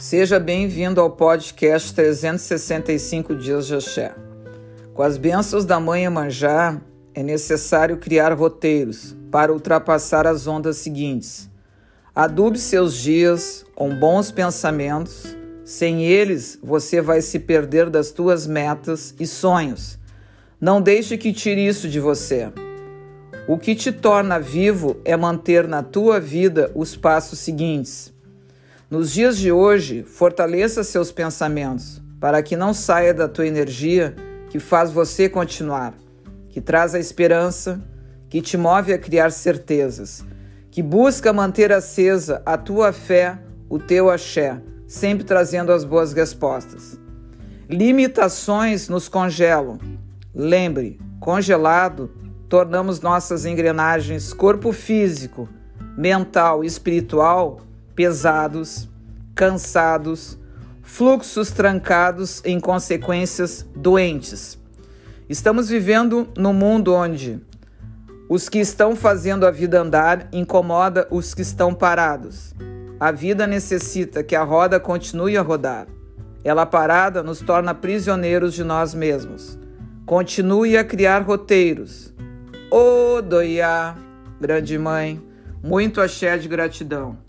Seja bem-vindo ao podcast 365 Dias de Axé. Com as bênçãos da Mãe Iemanjá, é necessário criar roteiros para ultrapassar as ondas seguintes. Adube seus dias com bons pensamentos. Sem eles, você vai se perder das tuas metas e sonhos. Não deixe que tire isso de você. O que te torna vivo é manter na tua vida os passos seguintes. Nos dias de hoje, fortaleça seus pensamentos para que não saia da tua energia que faz você continuar, que traz a esperança, que te move a criar certezas, que busca manter acesa a tua fé, o teu axé, sempre trazendo as boas respostas. Limitações nos congelam. Lembre, congelado, tornamos nossas engrenagens corpo físico, mental e espiritual pesados, cansados, fluxos trancados em consequências doentes. Estamos vivendo num mundo onde os que estão fazendo a vida andar incomoda os que estão parados. A vida necessita que a roda continue a rodar. Ela parada nos torna prisioneiros de nós mesmos. Continue a criar roteiros. Odoiá, grande mãe, muito axé de gratidão.